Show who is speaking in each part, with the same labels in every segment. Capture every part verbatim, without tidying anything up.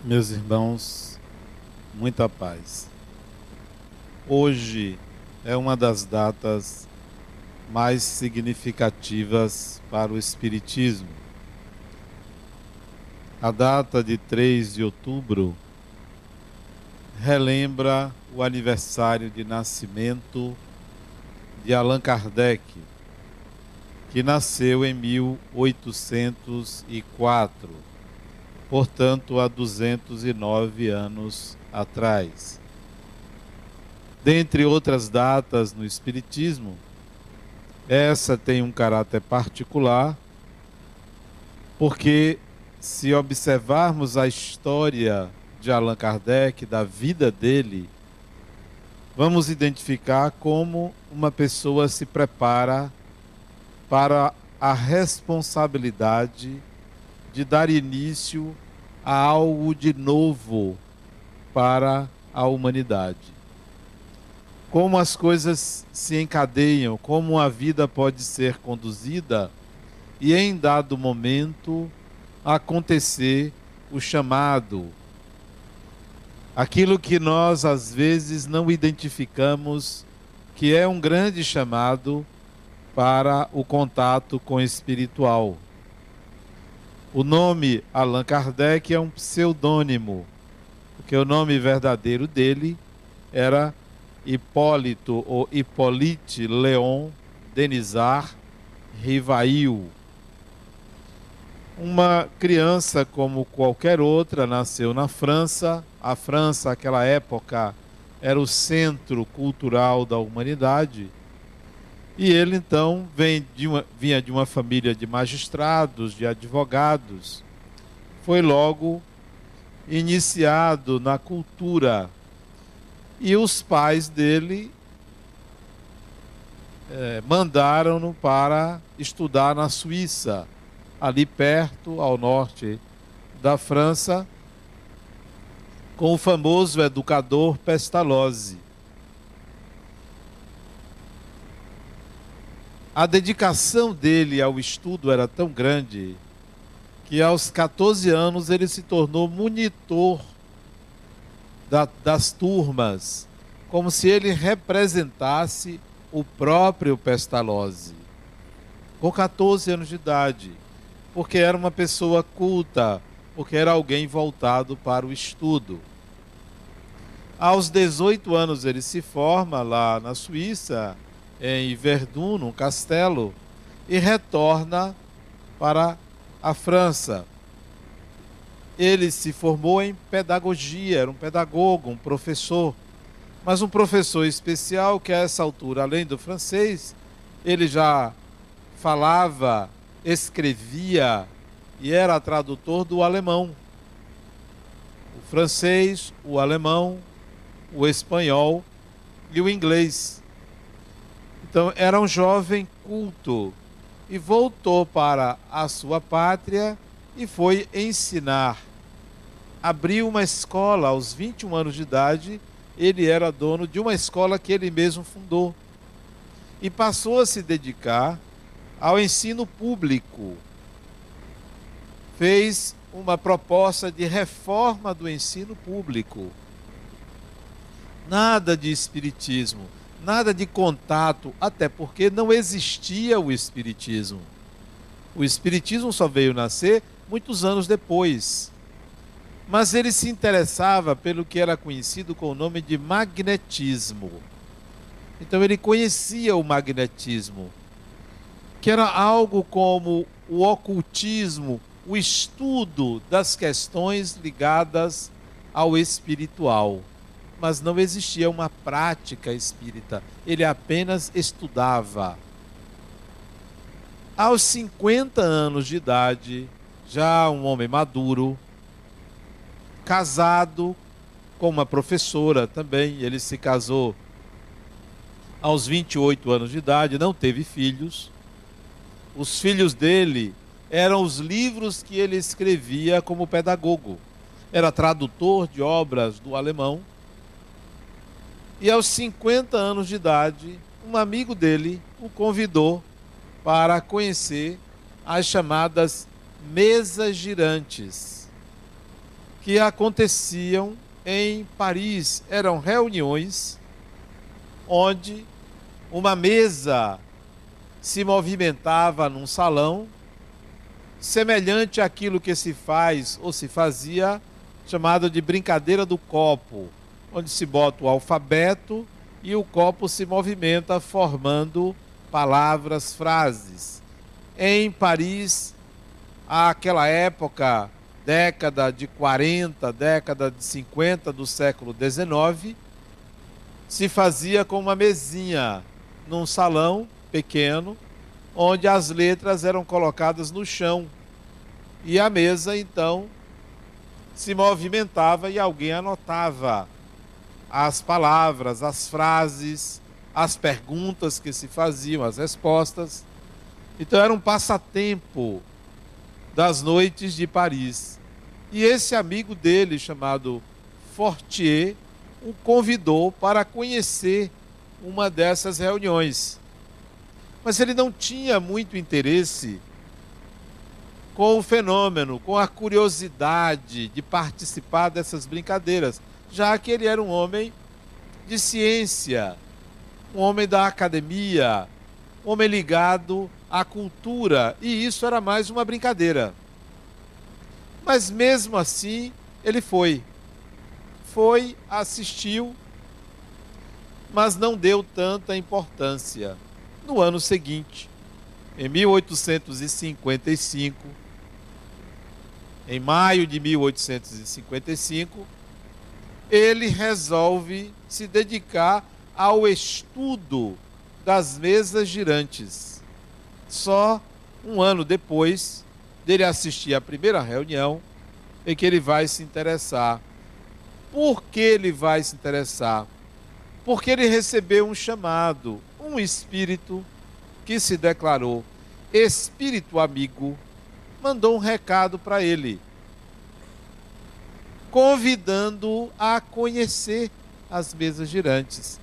Speaker 1: Meus irmãos, muita paz. Hoje é uma das datas mais significativas para o Espiritismo. A data de três de outubro relembra o aniversário de nascimento de Allan Kardec, que nasceu em mil oitocentos e quatro, portanto há duzentos e nove anos atrás. Dentre outras datas no Espiritismo, essa tem um caráter particular, porque se observarmos a história de Allan Kardec, da vida dele, vamos identificar como uma pessoa se prepara para a responsabilidade de dar início a algo de novo para a humanidade. Como as coisas se encadeiam, como a vida pode ser conduzida e em dado momento acontecer o chamado, aquilo que nós às vezes não identificamos, que é um grande chamado para o contato com o espiritual. O nome Allan Kardec é um pseudônimo, porque o nome verdadeiro dele era Hipólito ou Hippolyte Léon Denisard Rivail. Uma criança como qualquer outra, nasceu na França. A França, naquela época, era o centro cultural da humanidade. E ele, então, vem de uma, vinha de uma família de magistrados, de advogados. Foi logo iniciado na cultura. E os pais dele eh, mandaram-no para estudar na Suíça, ali perto, ao norte da França, com o famoso educador Pestalozzi. A dedicação dele ao estudo era tão grande que aos quatorze anos ele se tornou monitor da, das turmas, como se ele representasse o próprio Pestalozzi, com quatorze anos de idade, porque era uma pessoa culta, porque era alguém voltado para o estudo. Aos dezoito anos ele se forma lá na Suíça, em Verdun, num castelo, e retorna para a França. Ele se formou em pedagogia, era um pedagogo, um professor, mas um professor especial que a essa altura, além do francês, ele já falava, escrevia e era tradutor do alemão. O francês, o alemão, o espanhol e o inglês. Então, era um jovem culto e voltou para a sua pátria e foi ensinar. Abriu uma escola aos vinte e um anos de idade, ele era dono de uma escola que ele mesmo fundou. E passou a se dedicar ao ensino público. Fez uma proposta de reforma do ensino público. Nada de espiritismo. Nada de contato, até porque não existia o espiritismo. O espiritismo só veio nascer muitos anos depois. Mas ele se interessava pelo que era conhecido com o nome de magnetismo. Então ele conhecia o magnetismo, que era algo como o ocultismo, o estudo das questões ligadas ao espiritual. Mas não existia uma prática espírita, ele apenas estudava. Aos cinquenta anos de idade, já um homem maduro, casado com uma professora também, ele se casou aos vinte e oito anos de idade, não teve filhos. Os filhos dele eram os livros que ele escrevia como pedagogo. Era tradutor de obras do alemão. E aos cinquenta anos de idade, um amigo dele o convidou para conhecer as chamadas mesas girantes, que aconteciam em Paris. Eram reuniões onde uma mesa se movimentava num salão, semelhante àquilo que se faz ou se fazia, chamado de brincadeira do copo, onde se bota o alfabeto e o copo se movimenta formando palavras, frases. Em Paris, àquela época, década de quarenta, década de cinquenta do século dezenove, se fazia com uma mesinha num salão pequeno, onde as letras eram colocadas no chão. E a mesa, então, se movimentava e alguém anotava as palavras, as frases, as perguntas que se faziam, as respostas. Então era um passatempo das noites de Paris. E esse amigo dele, chamado Fortier, o convidou para conhecer uma dessas reuniões. Mas ele não tinha muito interesse com o fenômeno, com a curiosidade de participar dessas brincadeiras, já que ele era um homem de ciência, um homem da academia, um homem ligado à cultura, e isso era mais uma brincadeira. Mas mesmo assim, ele foi. Foi, assistiu, mas não deu tanta importância. No ano seguinte, em mil oitocentos e cinquenta e cinco, em maio de mil oitocentos e cinquenta e cinco, ele resolve se dedicar ao estudo das mesas girantes. Só um ano depois dele assistir à primeira reunião, em que ele vai se interessar. Por que ele vai se interessar? Porque ele recebeu um chamado, um espírito que se declarou espírito amigo, mandou um recado para ele, convidando-o a conhecer as mesas girantes.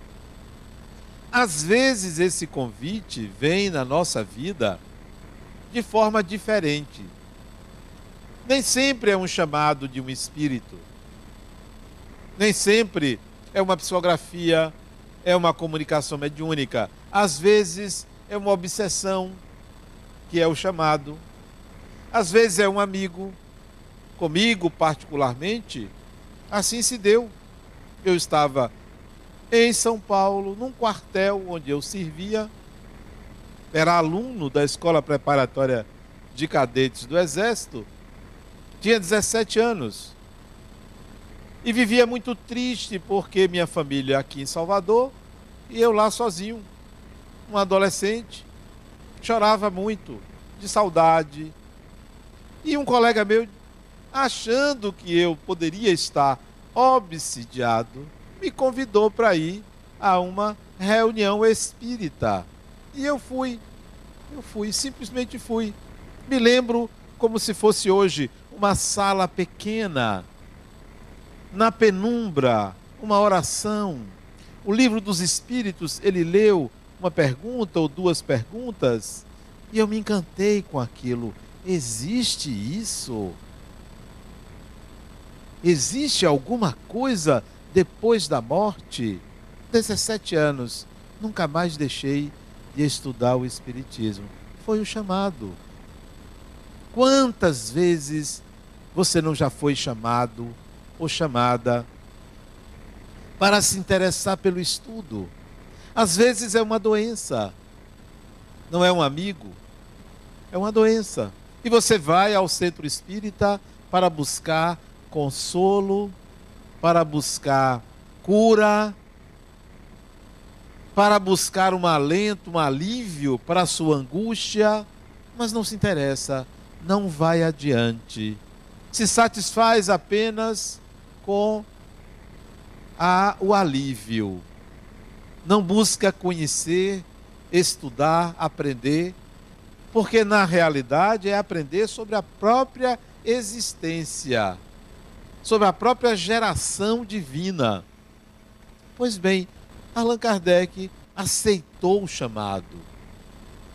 Speaker 1: Às vezes esse convite vem na nossa vida de forma diferente. Nem sempre é um chamado de um espírito. Nem sempre é uma psicografia, é uma comunicação mediúnica. Às vezes é uma obsessão, que é o chamado. Às vezes é um amigo. Comigo, particularmente, assim se deu. Eu estava em São Paulo, num quartel onde eu servia. Era aluno da Escola Preparatória de Cadetes do Exército. Tinha dezessete anos. E vivia muito triste porque minha família aqui em Salvador e eu lá sozinho, um adolescente. Chorava muito, de saudade. E um colega meu, achando que eu poderia estar obsidiado, me convidou para ir a uma reunião espírita. E eu fui, eu fui, simplesmente fui. Me lembro como se fosse hoje, uma sala pequena, na penumbra, uma oração. O livro dos Espíritos, ele leu uma pergunta ou duas perguntas, e eu me encantei com aquilo. Existe isso? Existe alguma coisa depois da morte? dezessete anos, nunca mais deixei de estudar o Espiritismo. Foi o chamado. Quantas vezes você não já foi chamado ou chamada para se interessar pelo estudo? Às vezes é uma doença, não é um amigo, é uma doença. E você vai ao centro espírita para buscar consolo, para buscar cura, para buscar um alento, um alívio para a sua angústia, mas não se interessa, não vai adiante. Se satisfaz apenas com a, o alívio. Não busca conhecer, estudar, aprender, porque na realidade é aprender sobre a própria existência, sobre a própria geração divina. Pois bem, Allan Kardec aceitou o chamado,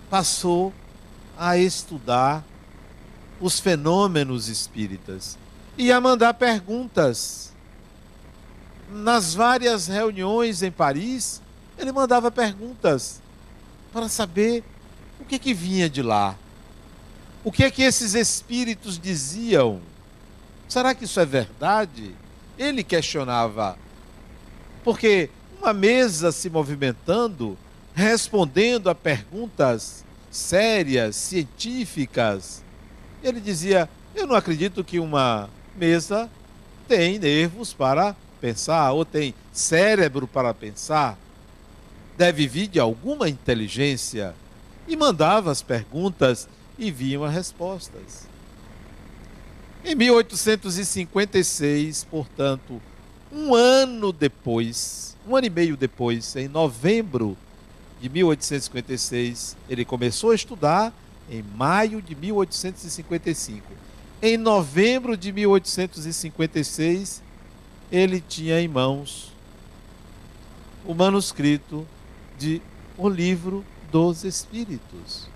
Speaker 1: passou a estudar os fenômenos espíritas. e a mandar perguntas. Nas várias reuniões em Paris, ele mandava perguntas para saber o que que vinha de lá. O que é que esses espíritos diziam? Será que isso é verdade? Ele questionava. Porque uma mesa se movimentando, respondendo a perguntas sérias, científicas, ele dizia: eu não acredito que uma mesa tem nervos para pensar, ou tem cérebro para pensar. Deve vir de alguma inteligência. E mandava as perguntas e vinham as respostas. Em mil oitocentos e cinquenta e seis, portanto, um ano depois, um ano e meio depois, em novembro de mil oitocentos e cinquenta e seis, ele começou a estudar em maio de mil oitocentos e cinquenta e cinco. Em novembro de mil oitocentos e cinquenta e seis, ele tinha em mãos o manuscrito de O Livro dos Espíritos,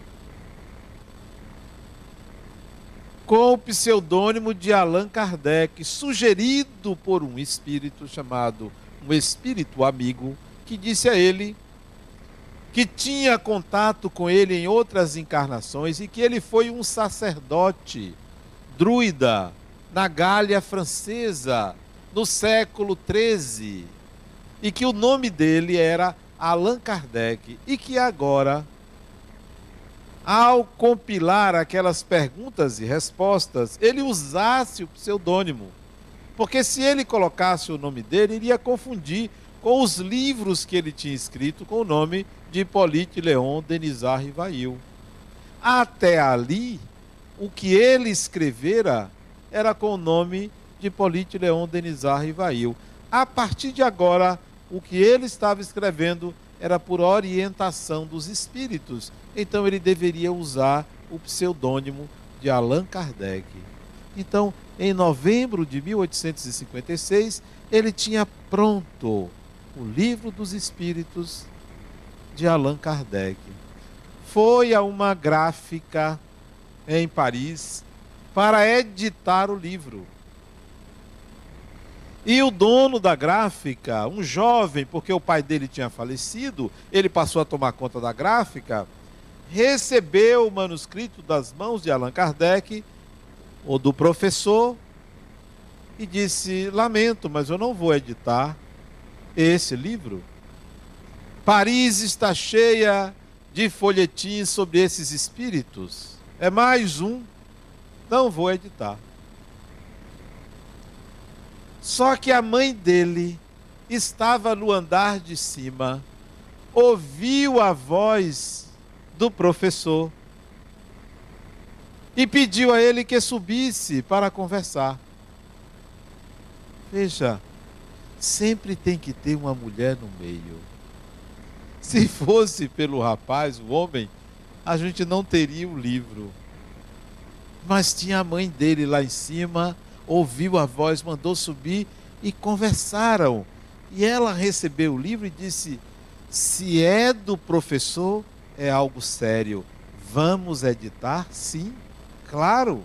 Speaker 1: com o pseudônimo de Allan Kardec, sugerido por um espírito chamado um espírito amigo, que disse a ele que tinha contato com ele em outras encarnações e que ele foi um sacerdote druida na Gália francesa no século treze e que o nome dele era Allan Kardec e que agora, ao compilar aquelas perguntas e respostas, ele usasse o pseudônimo. Porque se ele colocasse o nome dele, iria confundir com os livros que ele tinha escrito com o nome de Hippolyte Léon Denisard Rivail. Até ali, o que ele escrevera era com o nome de Hippolyte Léon Denisard Rivail. A partir de agora, o que ele estava escrevendo era por orientação dos espíritos. Então ele deveria usar o pseudônimo de Allan Kardec. Então, em novembro de mil oitocentos e cinquenta e seis, ele tinha pronto o Livro dos Espíritos de Allan Kardec. Foi a uma gráfica em Paris para editar o livro. E o dono da gráfica, um jovem, porque o pai dele tinha falecido, ele passou a tomar conta da gráfica, recebeu o manuscrito das mãos de Allan Kardec, ou do professor, e disse: lamento, mas eu não vou editar esse livro. Paris está cheia de folhetins sobre esses espíritos. É mais um, não vou editar. Só que a mãe dele estava no andar de cima, ouviu a voz do professor e pediu a ele que subisse para conversar. Veja, sempre tem que ter uma mulher no meio. Se fosse pelo rapaz, o homem, a gente não teria o livro. Mas tinha a mãe dele lá em cima, ouviu a voz, mandou subir e conversaram. E ela recebeu o livro e disse: se é do professor, é algo sério. Vamos editar? Sim, claro.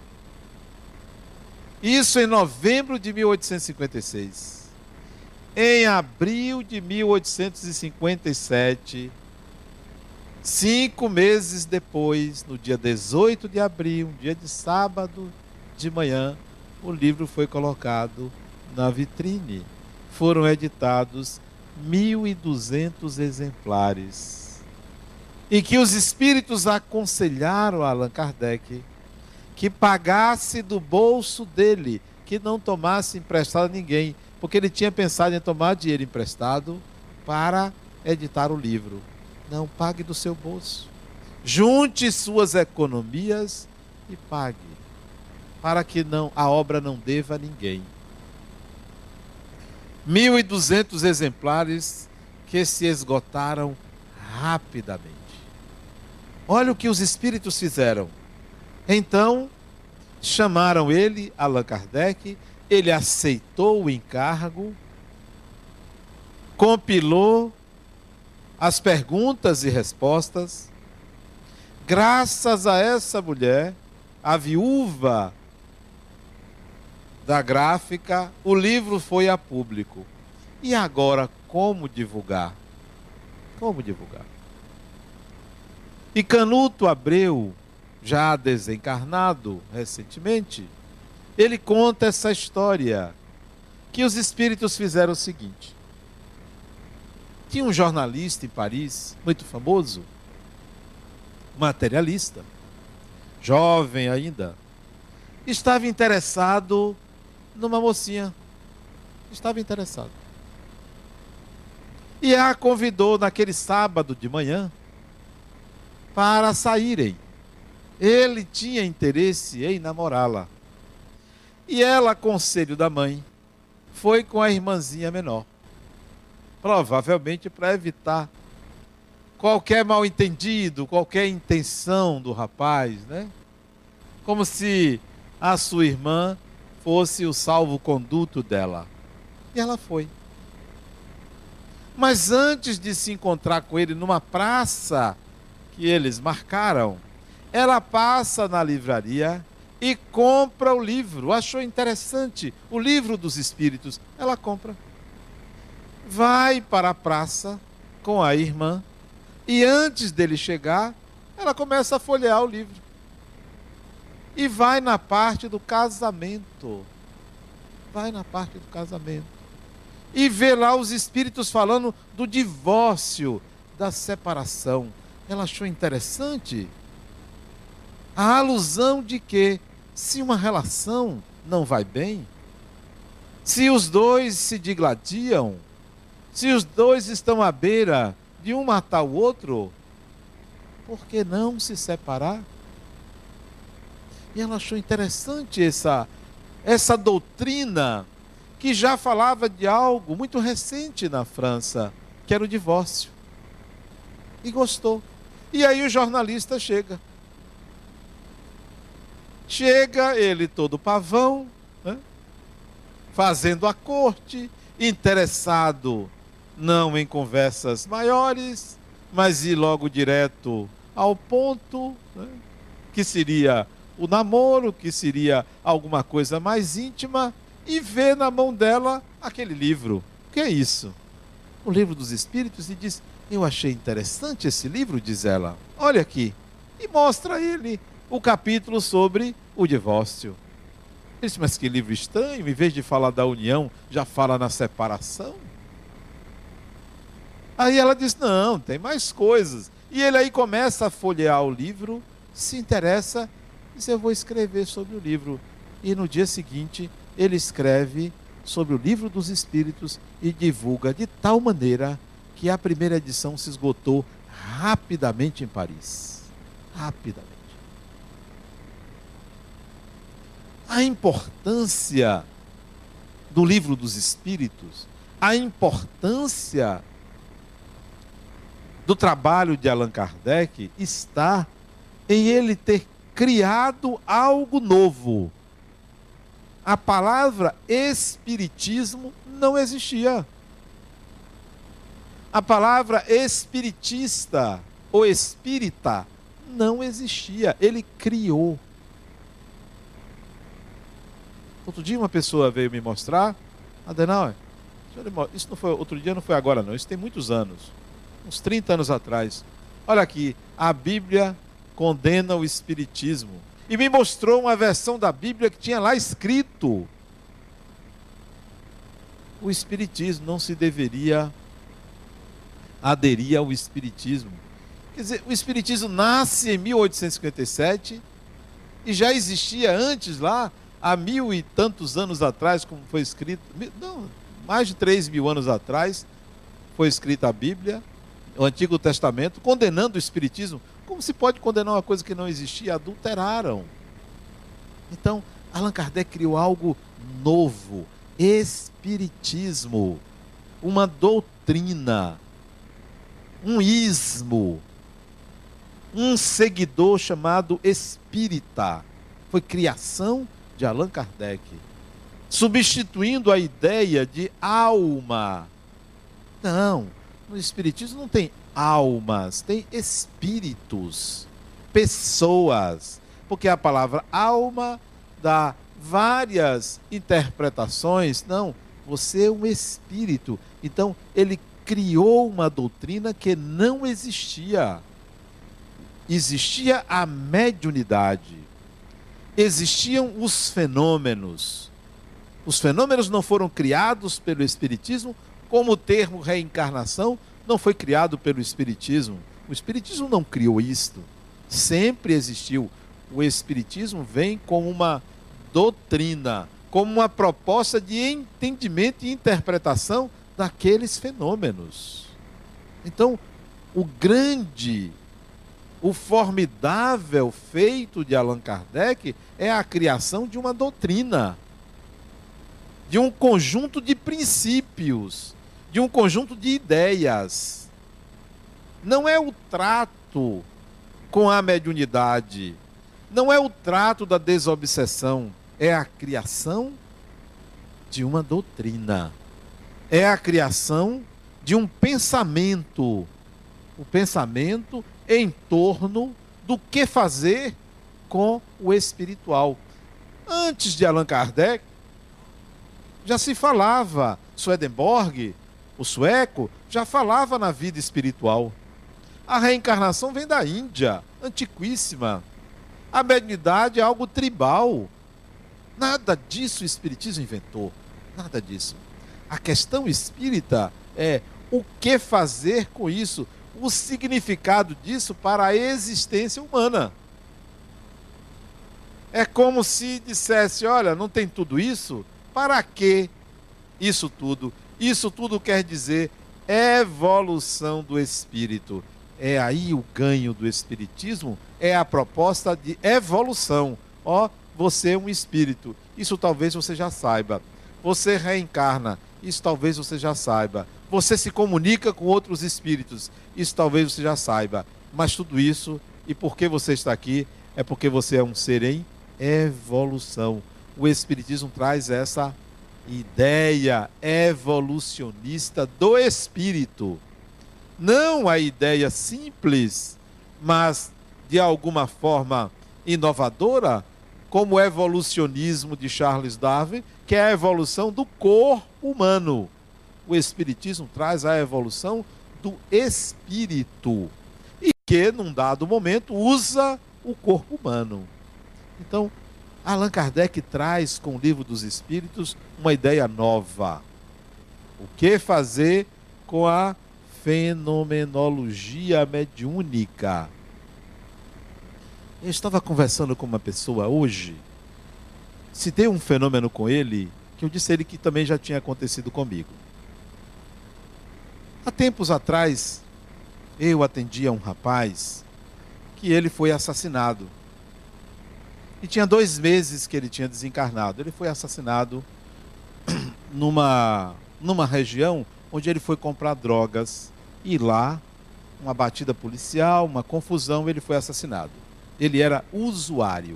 Speaker 1: Isso em novembro de mil oitocentos e cinquenta e seis. Em abril de mil oitocentos e cinquenta e sete, cinco meses depois, no dia dezoito de abril, um dia de sábado de manhã, o livro foi colocado na vitrine. Foram editados mil e duzentos exemplares. E que os espíritos aconselharam a Allan Kardec que pagasse do bolso dele, que não tomasse emprestado a ninguém, porque ele tinha pensado em tomar dinheiro emprestado para editar o livro. Não, pague do seu bolso. Junte suas economias e pague, para que não, a obra não deva a ninguém. mil e duzentos exemplares que se esgotaram rapidamente. Olha o que os espíritos fizeram. Então, chamaram ele, Allan Kardec, ele aceitou o encargo, compilou as perguntas e respostas. Graças a essa mulher, a viúva da gráfica, o livro foi a público. E agora, como divulgar? Como divulgar? E Canuto Abreu, já desencarnado recentemente, ele conta essa história, que os espíritos fizeram o seguinte. Tinha um jornalista em Paris, muito famoso, materialista, jovem ainda, estava interessado numa mocinha. Estava interessado. E a convidou naquele sábado de manhã para saírem. Ele tinha interesse em namorá-la. E ela, conselho da mãe, foi com a irmãzinha menor. Provavelmente para evitar qualquer mal-entendido, qualquer intenção do rapaz, né? Como se a sua irmã fosse o salvo-conduto dela. E ela foi. Mas antes de se encontrar com ele numa praça que eles marcaram, ela passa na livraria e compra o livro. Achou interessante o livro dos espíritos. Ela compra. Vai para a praça com a irmã e antes dele chegar, ela começa a folhear o livro. E vai na parte do casamento. Vai na parte do casamento. E vê lá os espíritos falando do divórcio, da separação. Ela achou interessante a alusão de que se uma relação não vai bem, se os dois se digladiam, se os dois estão à beira de um matar o outro, por que não se separar? E ela achou interessante essa, essa doutrina que já falava de algo muito recente na França, que era o divórcio. E gostou. E aí o jornalista chega. Chega ele todo pavão, né? Fazendo a corte, interessado não em conversas maiores, mas ir logo direto ao ponto, né? Que seria o namoro, que seria alguma coisa mais íntima, e vê na mão dela aquele livro. O que é isso? O livro dos espíritos, e diz, eu achei interessante esse livro, diz ela. Olha aqui. E mostra a ele o capítulo sobre o divórcio. Ele disse, mas que livro estranho, em vez de falar da união, já fala na separação. Aí ela diz, não, tem mais coisas. E ele aí começa a folhear o livro, se interessa, diz, eu vou escrever sobre o livro. E no dia seguinte, ele escreve sobre o livro dos espíritos e divulga de tal maneira que a primeira edição se esgotou rapidamente em Paris. Rapidamente. A importância do livro dos espíritos, a importância do trabalho de Allan Kardec está em ele ter criado algo novo. A palavra espiritismo não existia. A palavra espiritista ou espírita não existia. Ele criou. Outro dia uma pessoa veio me mostrar, Adenauer, isso não foi outro dia, não foi agora não, isso tem muitos anos, uns trinta anos atrás. Olha aqui, a Bíblia condena o espiritismo. E me mostrou uma versão da Bíblia que tinha lá escrito: o espiritismo não se deveria aderir ao espiritismo. Quer dizer, o espiritismo nasce em mil oitocentos e cinquenta e sete e já existia antes lá, há mil e tantos anos atrás, como foi escrito, não, mais de três mil anos atrás, foi escrita a Bíblia, o Antigo Testamento, condenando o espiritismo. Como se pode condenar uma coisa que não existia? Adulteraram. Então, Allan Kardec criou algo novo, espiritismo, uma doutrina, um ismo, um seguidor chamado espírita. Foi criação de Allan Kardec, substituindo a ideia de alma. Não, no espiritismo não tem almas, tem espíritos, pessoas, porque a palavra alma dá várias interpretações. Não, você é um espírito. Então, ele criou uma doutrina que não existia. Existia a mediunidade. Existiam os fenômenos. Os fenômenos não foram criados pelo Espiritismo, como o termo reencarnação não foi criado pelo Espiritismo. O Espiritismo não criou isto. Sempre existiu. O Espiritismo vem como uma doutrina, como uma proposta de entendimento e interpretação daqueles fenômenos. Então, o grande, o formidável feito de Allan Kardec é a criação de uma doutrina, de um conjunto de princípios, de um conjunto de ideias. Não é o trato com a mediunidade, não é o trato da desobsessão, é a criação de uma doutrina, é a criação de um pensamento, o pensamento em torno do que fazer com o espiritual. Antes de Allan Kardec, já se falava, Swedenborg, o sueco, já falava na vida espiritual. A reencarnação vem da Índia, antiquíssima. A mediunidade é algo tribal. Nada disso o Espiritismo inventou, nada disso. A questão espírita é o que fazer com isso, o significado disso para a existência humana. É como se dissesse, olha, não tem tudo isso? Para que isso tudo? Isso tudo quer dizer evolução do espírito. É aí o ganho do Espiritismo, é a proposta de evolução. Ó, você é um espírito, isso talvez você já saiba. Você reencarna, isso talvez você já saiba. Você se comunica com outros espíritos, isso talvez você já saiba. Mas tudo isso, e por que você está aqui, é porque você é um ser em evolução. O Espiritismo traz essa ideia evolucionista do espírito. Não a ideia simples, mas de alguma forma inovadora, como o evolucionismo de Charles Darwin, que é a evolução do corpo humano. O Espiritismo traz a evolução do espírito, e que, num dado momento, usa o corpo humano. Então, Allan Kardec traz com o Livro dos Espíritos uma ideia nova. O que fazer com a fenomenologia mediúnica? Eu estava conversando com uma pessoa hoje, citei um fenômeno com ele, que eu disse a ele que também já tinha acontecido comigo. Há tempos atrás, eu atendia um rapaz que ele foi assassinado. E tinha dois meses que ele tinha desencarnado. Ele foi assassinado numa, numa região onde ele foi comprar drogas. E lá, uma batida policial, uma confusão, ele foi assassinado. Ele era usuário.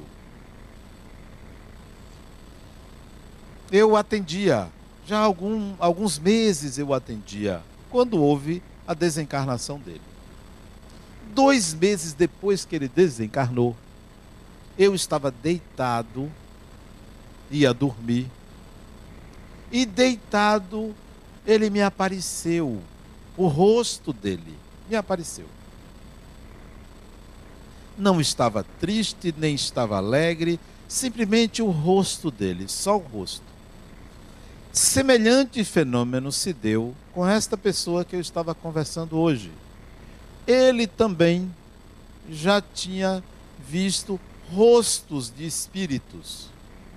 Speaker 1: Eu atendia, já há algum, alguns meses eu atendia, quando houve a desencarnação dele. Dois meses depois que ele desencarnou, eu estava deitado, ia dormir, e deitado, ele me apareceu, o rosto dele me apareceu. Não estava triste, nem estava alegre, simplesmente o rosto dele, só o rosto. Semelhante fenômeno se deu com esta pessoa que eu estava conversando hoje. Ele também já tinha visto rostos de espíritos.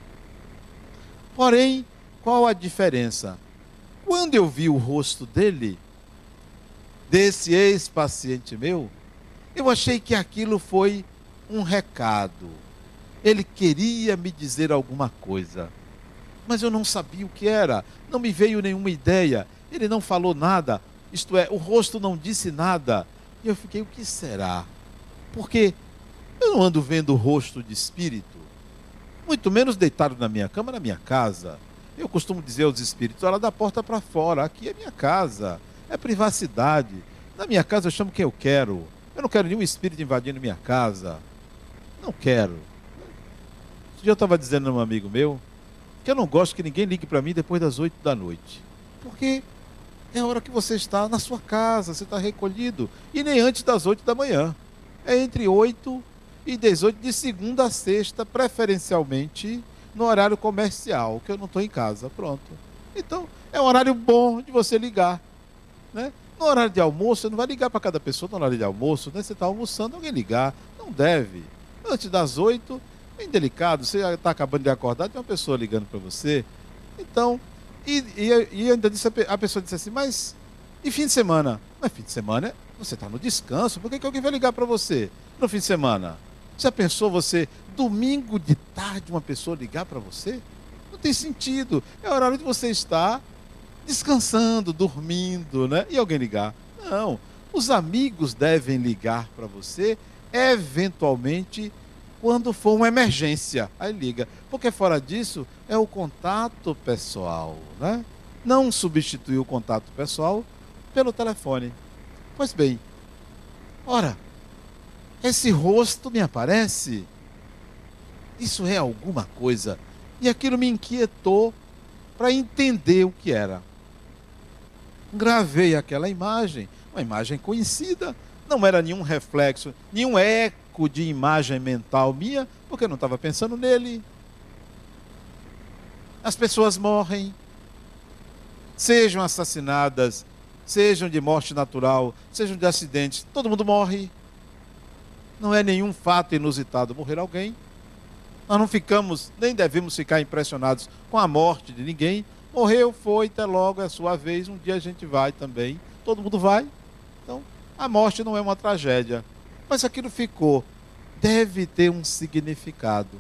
Speaker 1: Porém, qual a diferença? Quando eu vi o rosto dele, desse ex-paciente meu, eu achei que aquilo foi um recado. Ele queria me dizer alguma coisa, mas eu não sabia o que era, não me veio nenhuma ideia, ele não falou nada, isto é, o rosto não disse nada, e eu fiquei, o que será? Porque eu não ando vendo o rosto de espírito, muito menos deitado na minha cama, na minha casa. Eu costumo dizer aos espíritos, olha, da porta para fora, aqui é minha casa, é privacidade. Na minha casa eu chamo quem eu quero. Eu não quero nenhum espírito invadindo minha casa. Não quero. Outro dia eu estava dizendo a um amigo meu que eu não gosto que ninguém ligue para mim depois das oito da noite. Porque é a hora que você está na sua casa, você está recolhido. E nem antes das oito da manhã. É entre oito e dezoito, de segunda a sexta, preferencialmente no horário comercial, que eu não estou em casa. Pronto. Então, é um horário bom de você ligar, né? No horário de almoço, você não vai ligar para cada pessoa no horário de almoço, né? Você está almoçando, alguém ligar. Não deve. Antes das oito, bem delicado. Você está acabando de acordar, tem uma pessoa ligando para você. Então, e, e, e ainda disse, a pessoa disse assim, mas e fim de semana? Mas fim de semana, você está no descanso, por que, que alguém vai ligar para você no fim de semana? Já pensou você, domingo de tarde, uma pessoa ligar para você? Não tem sentido. É o horário de você estar descansando, dormindo, né? E alguém ligar. Não. Os amigos devem ligar para você, eventualmente, quando for uma emergência. Aí liga. Porque fora disso, é o contato pessoal, né? Não substituir o contato pessoal pelo telefone. Pois bem, ora, esse rosto me aparece. Isso é alguma coisa. E aquilo me inquietou para entender o que era. Gravei aquela imagem, uma imagem conhecida, não era nenhum reflexo, nenhum eco de imagem mental minha, porque eu não estava pensando nele. As pessoas morrem, sejam assassinadas, sejam de morte natural, sejam de acidentes, todo mundo morre. Não é nenhum fato inusitado morrer alguém. Nós não ficamos, nem devemos ficar impressionados com a morte de ninguém. Morreu, foi, até logo, é a sua vez, um dia a gente vai também, todo mundo vai. Então, a morte não é uma tragédia, mas aquilo ficou, deve ter um significado.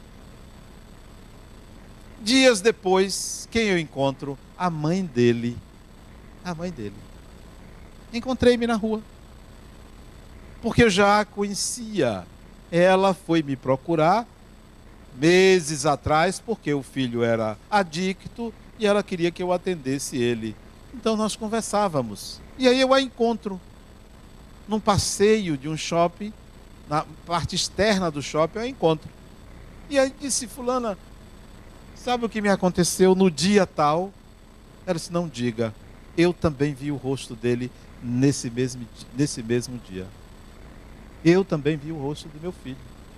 Speaker 1: Dias depois, quem eu encontro? A mãe dele. A mãe dele. Encontrei-me na rua, porque eu já a conhecia. Ela foi me procurar meses atrás, porque o filho era adicto e ela queria que eu atendesse ele. Então nós conversávamos. E aí eu a encontro num passeio de um shopping, na parte externa do shopping, eu a encontro. E aí disse, fulana, sabe o que me aconteceu no dia tal? Ela disse, não diga, eu também vi o rosto dele nesse mesmo, nesse mesmo dia. Eu também vi o rosto do meu filho.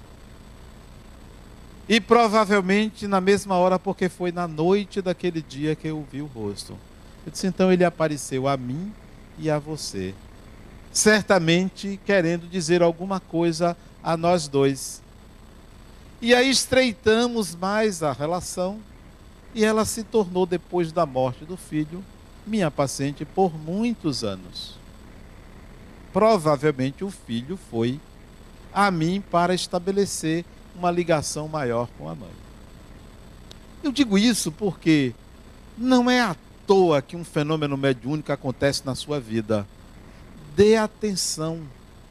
Speaker 1: E provavelmente na mesma hora, porque foi na noite daquele dia que eu vi o rosto. Eu disse, então ele apareceu a mim e a você. Certamente querendo dizer alguma coisa a nós dois. E aí estreitamos mais a relação e ela se tornou, depois da morte do filho, minha paciente por muitos anos. Provavelmente o filho foi a mim para estabelecer uma ligação maior com a mãe. Eu digo isso porque não é à toa que um fenômeno mediúnico acontece na sua vida. Dê atenção.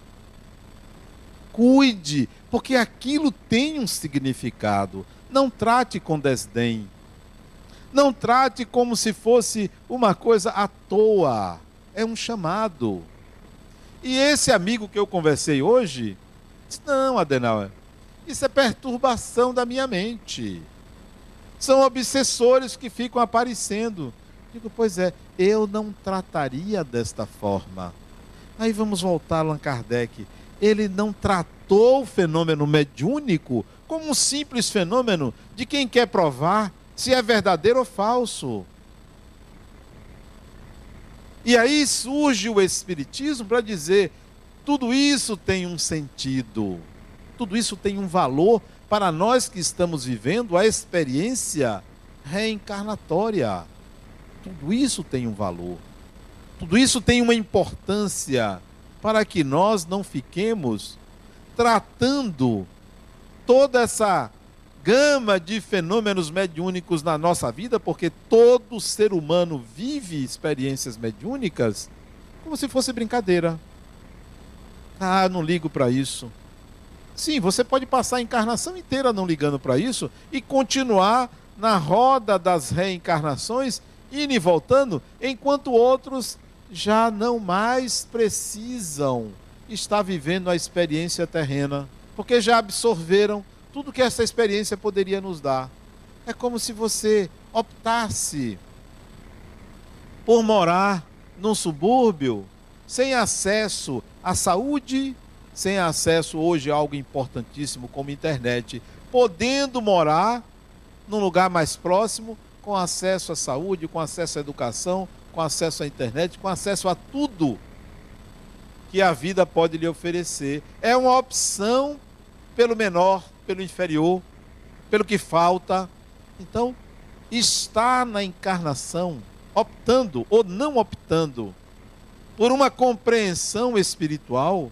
Speaker 1: Cuide, porque aquilo tem um significado. Não trate com desdém. Não trate como se fosse uma coisa à toa. É um chamado. E esse amigo que eu conversei hoje, disse, não, Adenauer, isso é perturbação da minha mente. São obsessores que ficam aparecendo. Digo, pois é, eu não trataria desta forma. Aí vamos voltar a Allan Kardec. Ele não tratou o fenômeno mediúnico como um simples fenômeno de quem quer provar se é verdadeiro ou falso. E aí surge o Espiritismo para dizer, tudo isso tem um sentido. Tudo isso tem um valor para nós que estamos vivendo a experiência reencarnatória. Tudo isso tem um valor. Tudo isso tem uma importância para que nós não fiquemos tratando toda essa gama de fenômenos mediúnicos na nossa vida, porque todo ser humano vive experiências mediúnicas como se fosse brincadeira. Ah, não ligo para isso. Sim, você pode passar a encarnação inteira não ligando para isso e continuar na roda das reencarnações, indo e voltando, enquanto outros já não mais precisam estar vivendo a experiência terrena, porque já absorveram tudo que essa experiência poderia nos dar. É como se você optasse por morar num subúrbio sem acesso à saúde, sem acesso hoje a algo importantíssimo como internet, podendo morar num lugar mais próximo, com acesso à saúde, com acesso à educação, com acesso à internet, com acesso a tudo que a vida pode lhe oferecer. É uma opção pelo menor, pelo inferior, pelo que falta. Então, estar na encarnação, optando ou não optando por uma compreensão espiritual,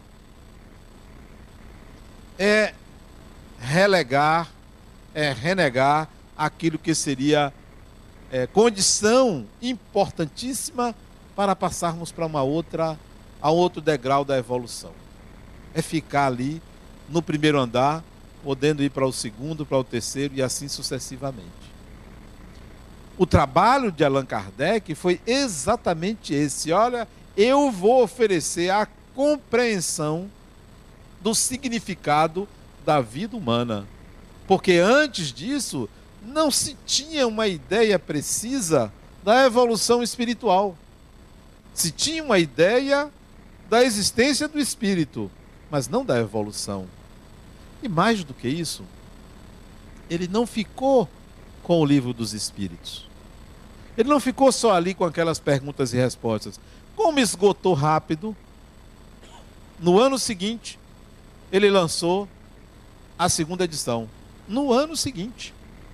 Speaker 1: é relegar, é renegar aquilo que seria é, condição importantíssima para passarmos para uma outra, a outro degrau da evolução. É ficar ali no primeiro andar, podendo ir para o segundo, para o terceiro e assim sucessivamente. O trabalho de Allan Kardec foi exatamente esse. Olha, eu vou oferecer a compreensão do significado da vida humana. Porque antes disso, não se tinha uma ideia precisa da evolução espiritual. Se tinha uma ideia da existência do espírito, mas não da evolução. E mais do que isso, ele não ficou com o livro dos espíritos. Ele não ficou só ali com aquelas perguntas e respostas. Como esgotou rápido, no ano seguinte, ele lançou a segunda edição. No ano seguinte.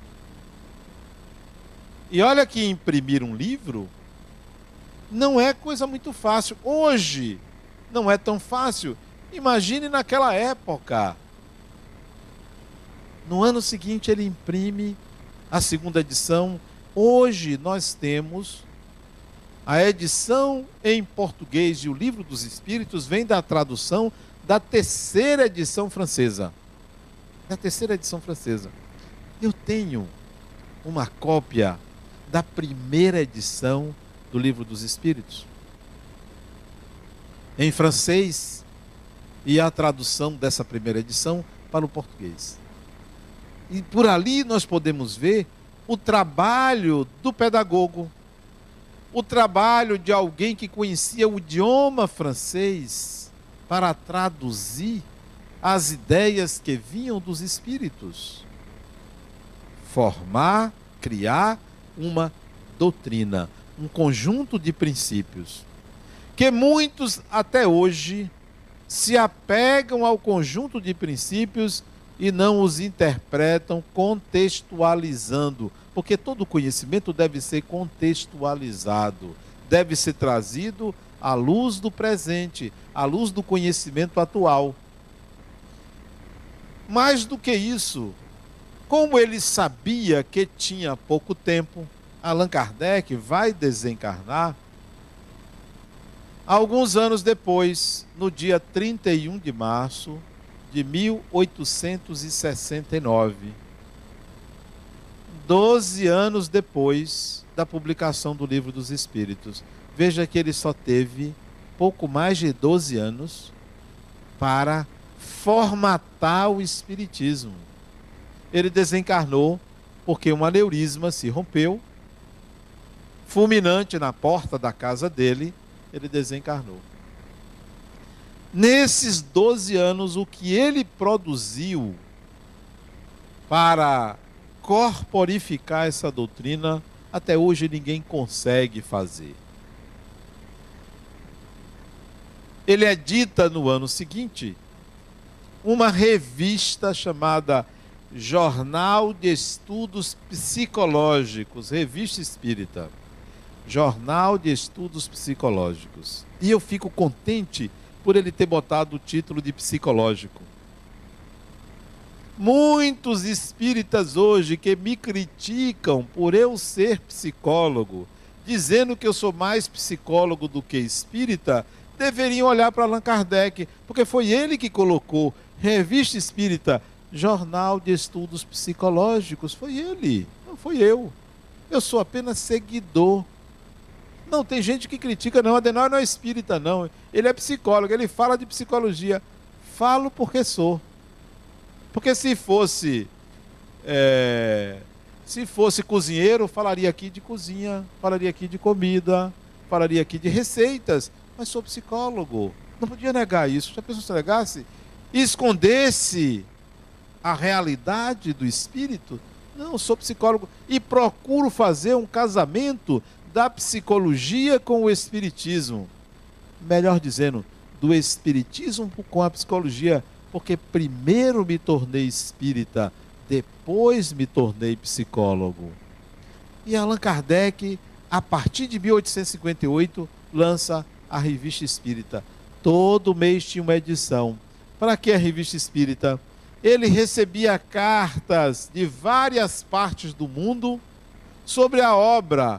Speaker 1: E olha que imprimir um livro não é coisa muito fácil. Hoje não é tão fácil. Imagine naquela época. No ano seguinte ele imprime a segunda edição. Hoje nós temos a edição em português e o Livro dos Espíritos vem da tradução da terceira edição francesa. Da terceira edição francesa. Eu tenho uma cópia da primeira edição do Livro dos Espíritos em francês e a tradução dessa primeira edição para o português. E por ali nós podemos ver o trabalho do pedagogo, o trabalho de alguém que conhecia o idioma francês para traduzir as ideias que vinham dos espíritos. Formar, criar uma doutrina, um conjunto de princípios, que muitos até hoje se apegam ao conjunto de princípios e não os interpretam contextualizando, porque todo conhecimento deve ser contextualizado, deve ser trazido à luz do presente, à luz do conhecimento atual. Mais do que isso, como ele sabia que tinha pouco tempo, Allan Kardec vai desencarnar alguns anos depois, no dia trinta e um de março de mil oitocentos e sessenta e nove. Doze anos depois da publicação do Livro dos Espíritos. Veja que ele só teve pouco mais de doze anos para formatar o espiritismo. Ele desencarnou porque um aneurisma se rompeu, fulminante na porta da casa dele, ele desencarnou. Nesses doze anos, o que ele produziu para corporificar essa doutrina, até hoje ninguém consegue fazer. Ele edita no ano seguinte uma revista chamada Jornal de Estudos Psicológicos, Revista Espírita. Jornal de Estudos Psicológicos. E eu fico contente por ele ter botado o título de psicológico. Muitos espíritas hoje que me criticam por eu ser psicólogo, dizendo que eu sou mais psicólogo do que espírita, deveriam olhar para Allan Kardec, porque foi ele que colocou Revista Espírita, Jornal de Estudos Psicológicos. Foi ele, não foi eu. Eu sou apenas seguidor. Não, tem gente que critica, não, Adenauer não é espírita, não. Ele é psicólogo, ele fala de psicologia. Falo porque sou. Porque se fosse, é, se fosse cozinheiro, falaria aqui de cozinha, falaria aqui de comida, falaria aqui de receitas. Mas sou psicólogo, não podia negar isso. Se a pessoa se negasse, escondesse a realidade do espírito. Não, sou psicólogo e procuro fazer um casamento da psicologia com o espiritismo. Melhor dizendo, do espiritismo com a psicologia, porque primeiro me tornei espírita, depois me tornei psicólogo. E Allan Kardec, a partir de mil oitocentos e cinquenta e oito, lança a Revista Espírita. Todo mês tinha uma edição. Para que a Revista Espírita? Ele recebia cartas de várias partes do mundo sobre a obra,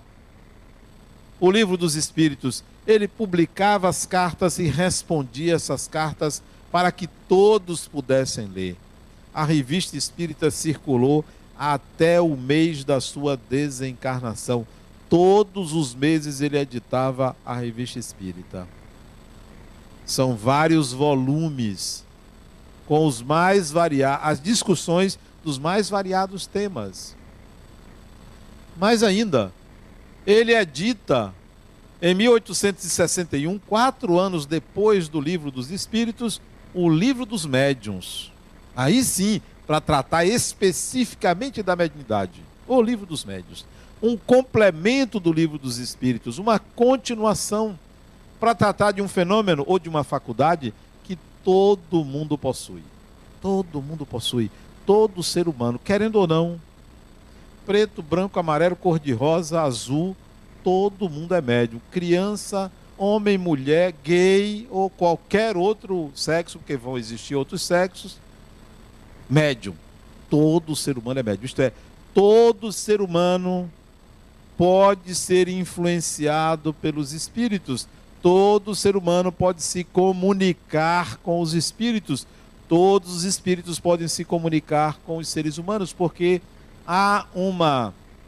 Speaker 1: o Livro dos Espíritos. Ele publicava as cartas e respondia essas cartas para que todos pudessem ler. A Revista Espírita circulou até o mês da sua desencarnação. Todos os meses ele editava a Revista Espírita. São vários volumes com os mais variados, as discussões dos mais variados temas. Mais ainda, ele edita em mil oitocentos e sessenta e um, quatro anos depois do Livro dos Espíritos, o Livro dos Médiuns. Aí sim, para tratar especificamente da mediunidade, o Livro dos Médiuns. Um complemento do Livro dos Espíritos, uma continuação para tratar de um fenômeno ou de uma faculdade que todo mundo possui. Todo mundo possui. Todo ser humano, querendo ou não, preto, branco, amarelo, cor-de-rosa, azul, todo mundo é médium. Criança, homem, mulher, gay ou qualquer outro sexo, porque vão existir outros sexos, médium. Todo ser humano é médium. Isto é, todo ser humano pode ser influenciado pelos espíritos. Todo ser humano pode se comunicar com os espíritos. Todos os espíritos podem se comunicar com os seres humanos, porque há uma,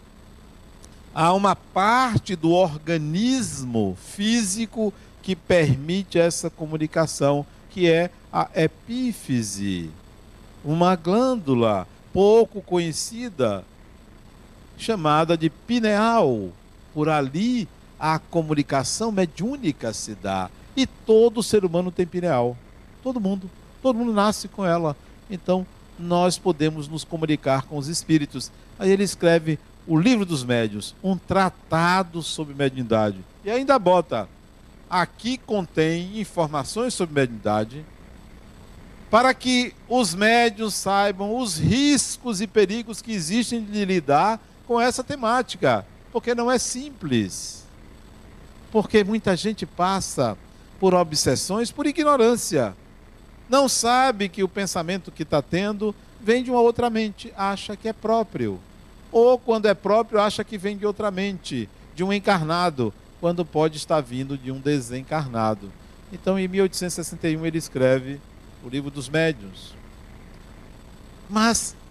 Speaker 1: há uma parte do organismo físico que permite essa comunicação, que é a epífise, uma glândula pouco conhecida, chamada de pineal. Por ali a comunicação mediúnica se dá. E todo ser humano tem pineal. Todo mundo. Todo mundo nasce com ela. Então, nós podemos nos comunicar com os espíritos. Aí ele escreve o Livro dos Médiuns, um tratado sobre mediunidade. E ainda bota, aqui contém informações sobre mediunidade, para que os médiuns saibam os riscos e perigos que existem de lidar com essa temática. Porque não é simples. Porque muita gente passa por obsessões, por ignorância. Não sabe que o pensamento que está tendo vem de uma outra mente, acha que é próprio. Ou quando é próprio, acha que vem de outra mente, de um encarnado, quando pode estar vindo de um desencarnado. Então, em mil oitocentos e sessenta e um, ele escreve o Livro dos Médiuns. Mas,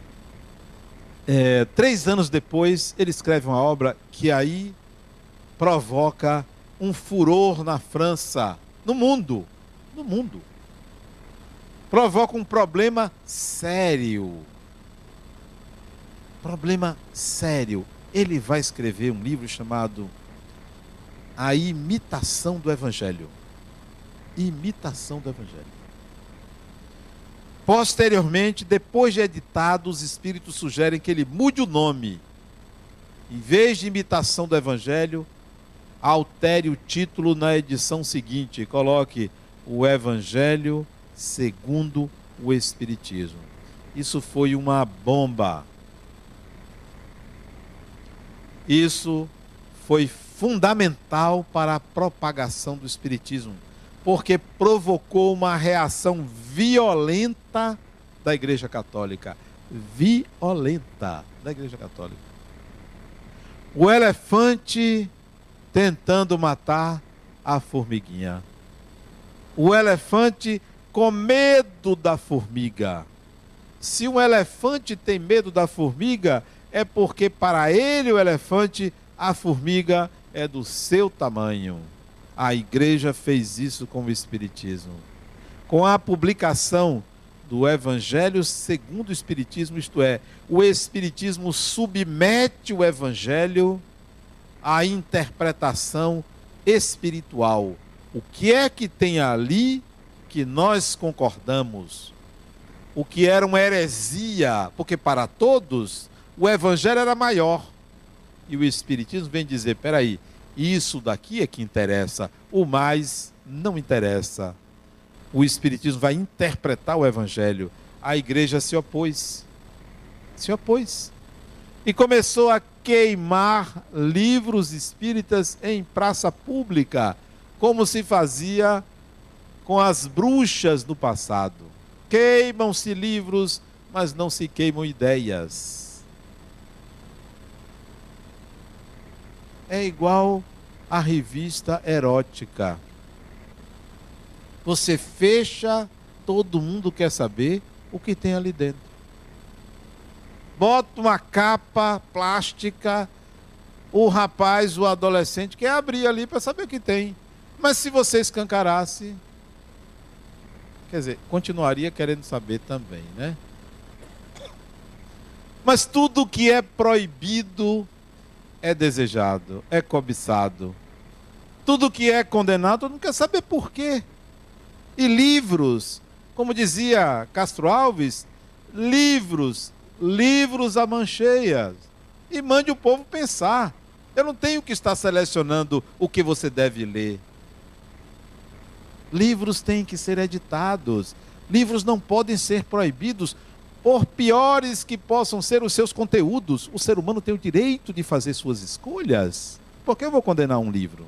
Speaker 1: é, três anos depois, ele escreve uma obra que aí provoca um furor na França, no mundo, no mundo. Provoca um problema sério. Problema sério. Ele vai escrever um livro chamado A Imitação do Evangelho. Imitação do Evangelho. Posteriormente, depois de editado, os espíritos sugerem que ele mude o nome. Em vez de Imitação do Evangelho, altere o título na edição seguinte. Coloque o Evangelho segundo o Espiritismo. Isso foi uma bomba. Isso foi fundamental para a propagação do Espiritismo, porque provocou uma reação violenta da Igreja Católica. Violenta da Igreja Católica. O elefante tentando matar a formiguinha. O elefante com medo da formiga. Se um elefante tem medo da formiga, é porque para ele, o elefante, a formiga é do seu tamanho. A Igreja fez isso com o Espiritismo. Com a publicação do Evangelho segundo o Espiritismo, isto é, o Espiritismo submete o Evangelho à interpretação espiritual. O que é que tem ali que nós concordamos? O que era uma heresia, porque para todos o Evangelho era maior. E o Espiritismo vem dizer, peraí, isso daqui é que interessa, o mais não interessa. O Espiritismo vai interpretar o Evangelho. A igreja se opôs. Se opôs. E começou a queimar livros espíritas em praça pública, como se fazia com as bruxas do passado. Queimam-se livros, mas não se queimam ideias. É igual a revista erótica. Você fecha, todo mundo quer saber o que tem ali dentro. Bota uma capa plástica, o rapaz, o adolescente quer abrir ali para saber o que tem. Mas se você escancarasse, quer dizer, continuaria querendo saber também, né? Mas tudo que é proibido é desejado, é cobiçado. Tudo que é condenado não quer saber por quê. E livros, como dizia Castro Alves, livros, livros a mancheias. E mande o povo pensar. Eu não tenho que estar selecionando o que você deve ler. Livros têm que ser editados. Livros não podem ser proibidos, por piores que possam ser os seus conteúdos. O ser humano tem o direito de fazer suas escolhas. Por que eu vou condenar um livro?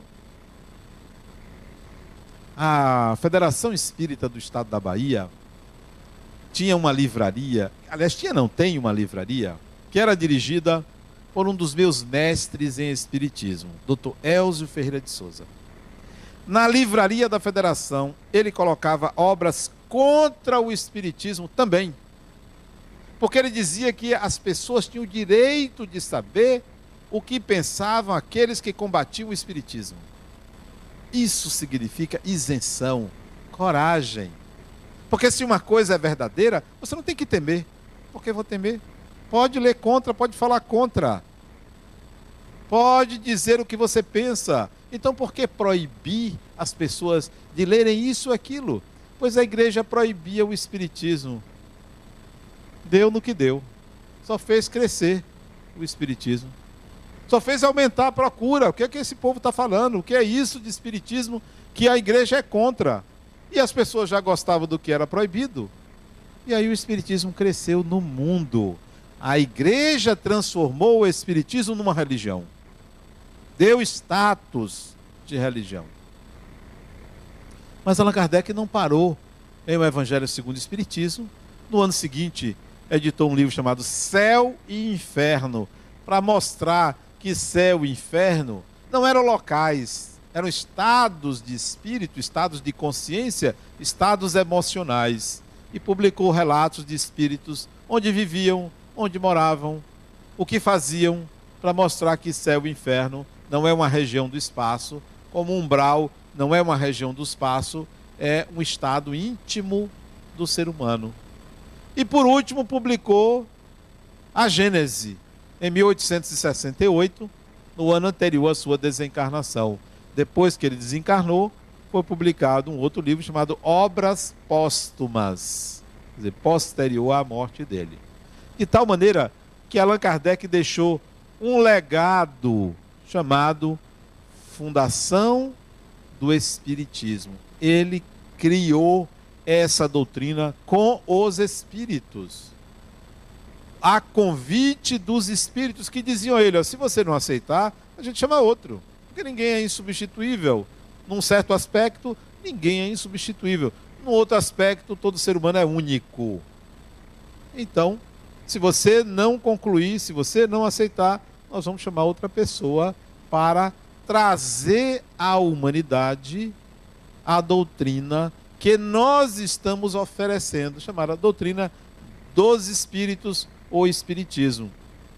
Speaker 1: A Federação Espírita do Estado da Bahia tinha uma livraria, aliás, tinha não, tem uma livraria, que era dirigida por um dos meus mestres em Espiritismo, doutor Elzio Ferreira de Souza. Na livraria da Federação, ele colocava obras contra o Espiritismo também, porque ele dizia que as pessoas tinham o direito de saber o que pensavam aqueles que combatiam o Espiritismo. Isso significa isenção, coragem. Porque se uma coisa é verdadeira, você não tem que temer. Por que vou temer? Pode ler contra, pode falar contra. Pode dizer o que você pensa. Então por que proibir as pessoas de lerem isso ou aquilo? Pois a igreja proibia o Espiritismo. Deu no que deu. Só fez crescer o Espiritismo. Só fez aumentar a procura. O que é que esse povo está falando? O que é isso de Espiritismo que a igreja é contra? E as pessoas já gostavam do que era proibido. E aí o Espiritismo cresceu no mundo. A igreja transformou o Espiritismo numa religião. Deu status de religião. Mas Allan Kardec não parou em O Evangelho segundo o Espiritismo. No ano seguinte, editou um livro chamado Céu e Inferno, para mostrar que céu e inferno não eram locais, eram estados de espírito, estados de consciência, estados emocionais. E publicou relatos de espíritos onde viviam, onde moravam, o que faziam, para mostrar que céu e inferno não é uma região do espaço, como umbral não é uma região do espaço, é um estado íntimo do ser humano. E por último publicou a Gênese, em mil oitocentos e sessenta e oito, no ano anterior à sua desencarnação. Depois que ele desencarnou, foi publicado um outro livro chamado Obras Póstumas, quer dizer, posterior à morte dele. De tal maneira que Allan Kardec deixou um legado chamado Fundação do Espiritismo. Ele criou essa doutrina com os espíritos, a convite dos espíritos que diziam a ele, ó, se você não aceitar, a gente chama outro, porque ninguém é insubstituível. Num certo aspecto, ninguém é insubstituível. Num outro aspecto, todo ser humano é único. Então, se você não concluir, se você não aceitar, nós vamos chamar outra pessoa para trazer à humanidade a doutrina que nós estamos oferecendo, chamada doutrina dos espíritos ou espiritismo.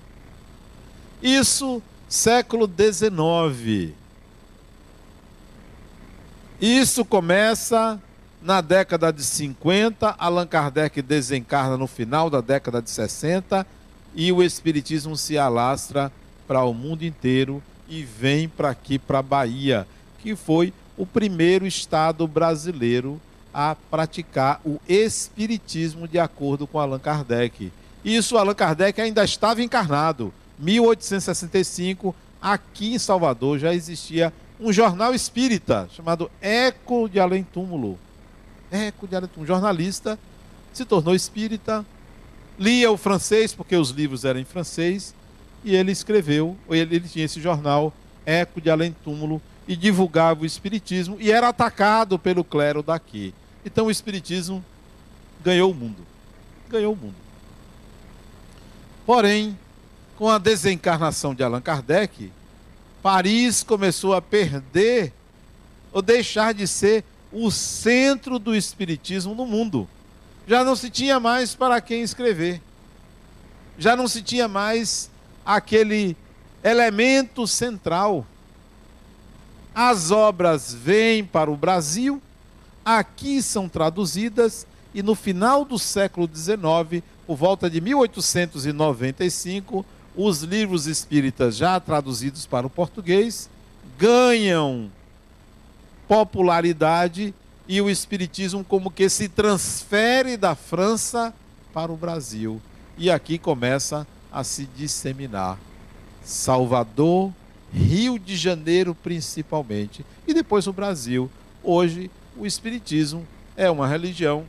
Speaker 1: Isso, século dezenove. Isso começa Na década de cinquenta, Allan Kardec desencarna no final da década de sessenta e o espiritismo se alastra para o mundo inteiro e vem para aqui, para a Bahia, que foi o primeiro estado brasileiro a praticar o espiritismo de acordo com Allan Kardec. Isso, Allan Kardec ainda estava encarnado. mil oitocentos e sessenta e cinco, aqui em Salvador já existia um jornal espírita chamado Eco de Além Túmulo. Eco de Além Túmulo. Um jornalista se tornou espírita, lia o francês, porque os livros eram em francês, e ele escreveu, ele, ele tinha esse jornal, Eco de Além Túmulo, e divulgava o espiritismo, e era atacado pelo clero daqui. Então o espiritismo ganhou o mundo. Ganhou o mundo. Porém, com a desencarnação de Allan Kardec, Paris começou a perder, ou deixar de ser, o centro do espiritismo no mundo. Já não se tinha mais para quem escrever. Já não se tinha mais aquele elemento central. As obras vêm para o Brasil, aqui são traduzidas, e no final do século dezenove, por volta de mil oitocentos e noventa e cinco, os livros espíritas já traduzidos para o português ganham popularidade e o espiritismo como que se transfere da França para o Brasil. E aqui começa a se disseminar. Salvador, Rio de Janeiro principalmente, e depois o Brasil. Hoje o espiritismo é uma religião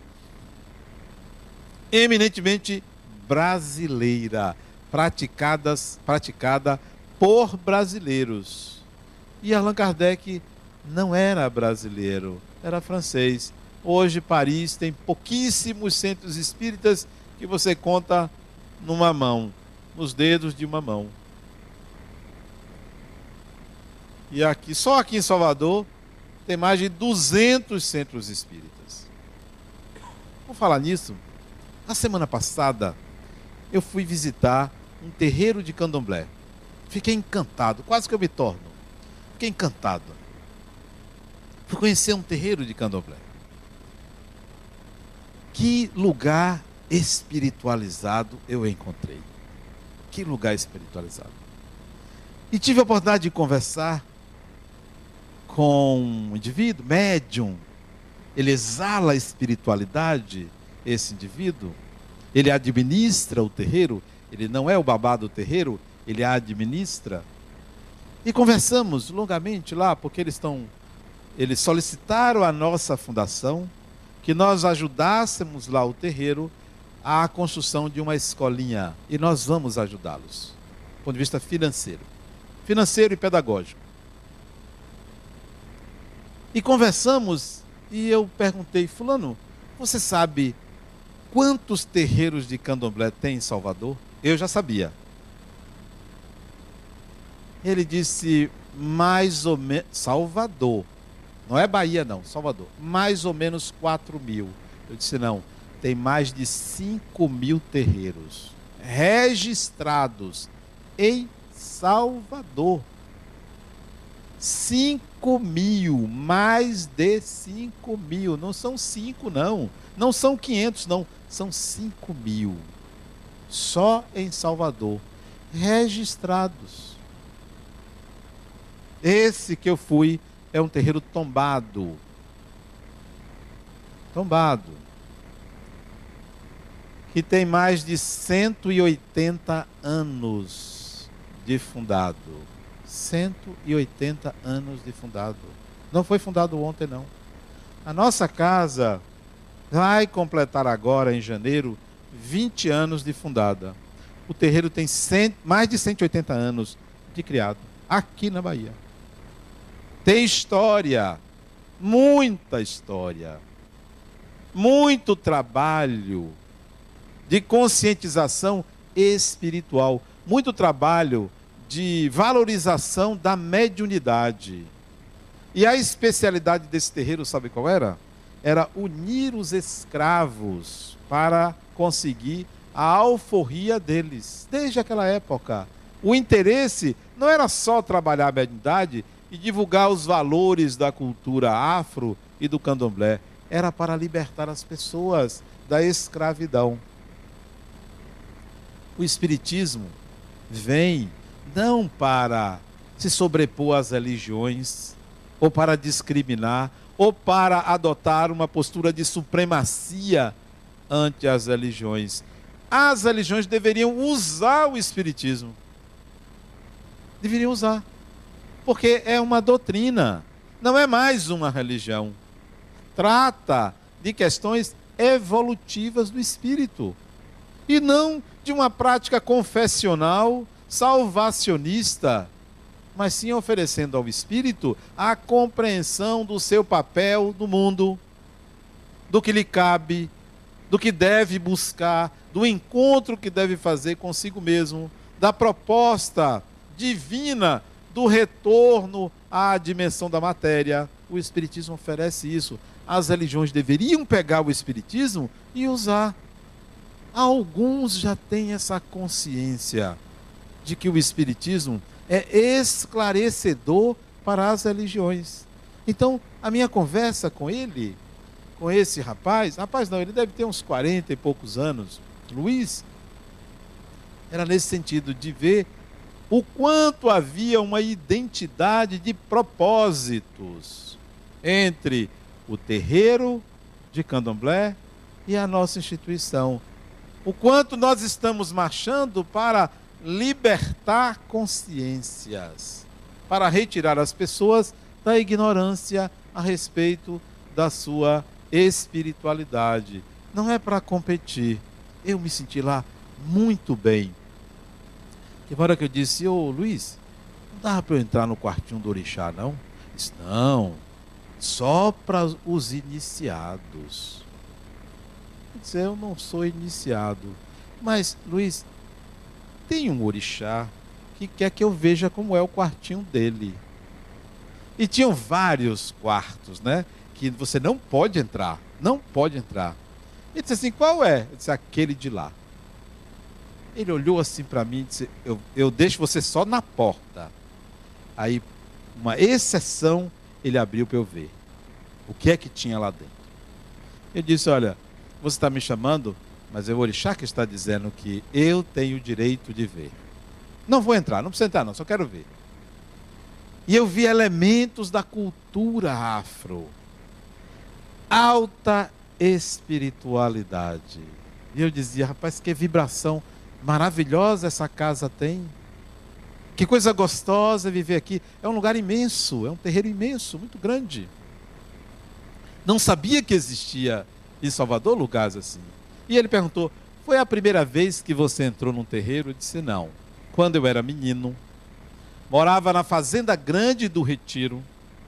Speaker 1: eminentemente brasileira, praticadas, praticada por brasileiros. E Allan Kardec não era brasileiro, era francês. Hoje Paris tem pouquíssimos centros espíritas que você conta numa mão, nos dedos de uma mão. E aqui, só aqui em Salvador, tem mais de duzentos centros espíritas. Vamos falar nisso? Na semana passada, eu fui visitar um terreiro de candomblé. Fiquei encantado, quase que eu me torno. Fiquei encantado. Fui conhecer um terreiro de candomblé. Que lugar espiritualizado eu encontrei. Que lugar espiritualizado. E tive a oportunidade de conversar com um indivíduo, médium. Ele exala a espiritualidade, esse indivíduo. Ele administra o terreiro. Ele não é o babá do terreiro, ele a administra. E conversamos longamente lá, porque eles estão, eles solicitaram à nossa fundação que nós ajudássemos lá o terreiro à construção de uma escolinha. E nós vamos ajudá-los, do ponto de vista financeiro. Financeiro e pedagógico. E conversamos, e eu perguntei, fulano, você sabe quantos terreiros de candomblé tem em Salvador? Eu já sabia. Ele disse, mais ou menos, Salvador, não é Bahia não, Salvador, mais ou menos quatro mil. Eu disse, não, tem mais de cinco mil terreiros registrados em Salvador. Cinco mil, mais de cinco mil, não são cinco não, não são quinhentos não, são cinco mil, só em Salvador, registrados. Esse que eu fui é um terreiro tombado, tombado, que tem mais de cento e oitenta anos de fundado. cento e oitenta anos de fundado. Não foi fundado ontem, não. A nossa casa vai completar agora, em janeiro, vinte anos de fundada. O terreiro tem cem, mais de cento e oitenta anos de criado, aqui na Bahia. Tem história, muita história, muito trabalho de conscientização espiritual, muito trabalho de valorização da mediunidade. E a especialidade desse terreiro, sabe qual era? Era unir os escravos para conseguir a alforria deles. Desde aquela época, o interesse não era só trabalhar a mediunidade e divulgar os valores da cultura afro e do candomblé. era para libertar as pessoas da escravidão. O Espiritismo vem não para se sobrepor às religiões, ou para discriminar, ou para adotar uma postura de supremacia ante as religiões. As religiões deveriam usar o Espiritismo. Deveriam usar. Porque é uma doutrina, não é mais uma religião. Trata de questões evolutivas do espírito. E não de uma prática confessional, salvacionista, mas sim oferecendo ao espírito a compreensão do seu papel no mundo, do que lhe cabe, do que deve buscar, do encontro que deve fazer consigo mesmo, da proposta divina do retorno à dimensão da matéria. O Espiritismo oferece isso. As religiões deveriam pegar o Espiritismo e usar. Alguns já têm essa consciência de que o Espiritismo é esclarecedor para as religiões. Então, a minha conversa com ele, com esse rapaz, rapaz não, ele deve ter uns quarenta e poucos anos, Luiz, era nesse sentido de ver o quanto havia uma identidade de propósitos entre o terreiro de Candomblé e a nossa instituição. O quanto nós estamos marchando para libertar consciências, para retirar as pessoas da ignorância a respeito da sua espiritualidade. Não é para competir. Eu me senti lá muito bem. Que hora que eu disse, ô Luiz, não dava para eu entrar no quartinho do orixá, não? Disse, não, só para os iniciados. Eu disse, eu não sou iniciado. Mas, Luiz, tem um orixá que quer que eu veja como é o quartinho dele. E tinham vários quartos, né? Que você não pode entrar, não pode entrar. Ele disse assim, qual é? Eu disse, aquele de lá. Ele olhou assim para mim e disse, eu, eu deixo você só na porta. Aí, uma exceção, ele abriu para eu ver. O que é que tinha lá dentro? Ele disse, olha, você está me chamando, mas é o orixá que está dizendo que eu tenho o direito de ver. Não vou entrar, não precisa entrar não, só quero ver. E eu vi elementos da cultura afro. Alta espiritualidade. E eu dizia, rapaz, que vibração maravilhosa essa casa tem. Que coisa gostosa viver aqui. É um lugar imenso, é um terreiro imenso, muito grande. Não sabia que existia em Salvador lugares assim. E ele perguntou, foi a primeira vez que você entrou num terreiro? Eu disse, não. Quando eu era menino, morava na Fazenda Grande do Retiro.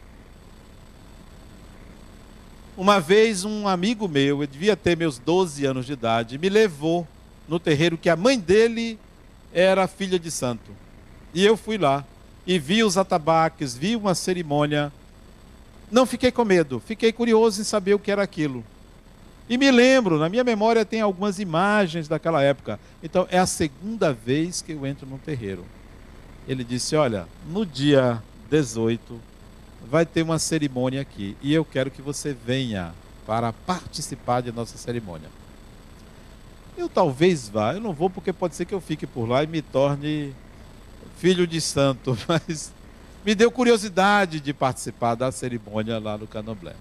Speaker 1: Uma vez um amigo meu, eu devia ter meus doze anos de idade, me levou no terreiro que a mãe dele era filha de santo. E eu fui lá e vi os atabaques, vi uma cerimônia. Não fiquei com medo, fiquei curioso em saber o que era aquilo. E me lembro, na minha memória tem algumas imagens daquela época. Então é a segunda vez que eu entro num terreiro. Ele disse, olha, no dia dezoito vai ter uma cerimônia aqui e eu quero que você venha para participar de nossa cerimônia. Eu talvez vá, eu não vou porque pode ser que eu fique por lá e me torne filho de santo, mas me deu curiosidade de participar da cerimônia lá no Candomblé.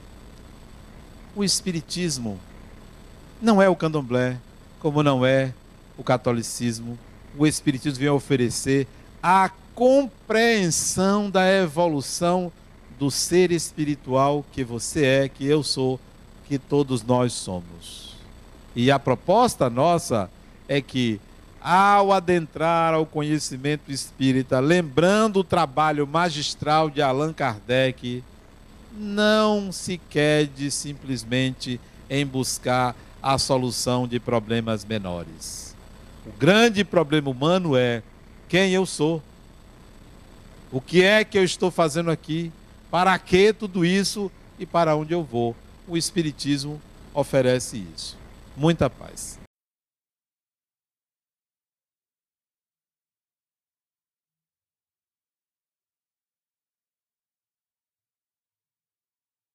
Speaker 1: O Espiritismo não é o Candomblé, como não é o catolicismo. O Espiritismo vem oferecer a compreensão da evolução do ser espiritual que você é, que eu sou, que todos nós somos. E a proposta nossa é que, ao adentrar ao conhecimento espírita, lembrando o trabalho magistral de Allan Kardec, não se quede simplesmente em buscar a solução de problemas menores. O grande problema humano é quem eu sou. O que é que eu estou fazendo aqui? Para que tudo isso e para onde eu vou? O Espiritismo oferece isso. Muita paz.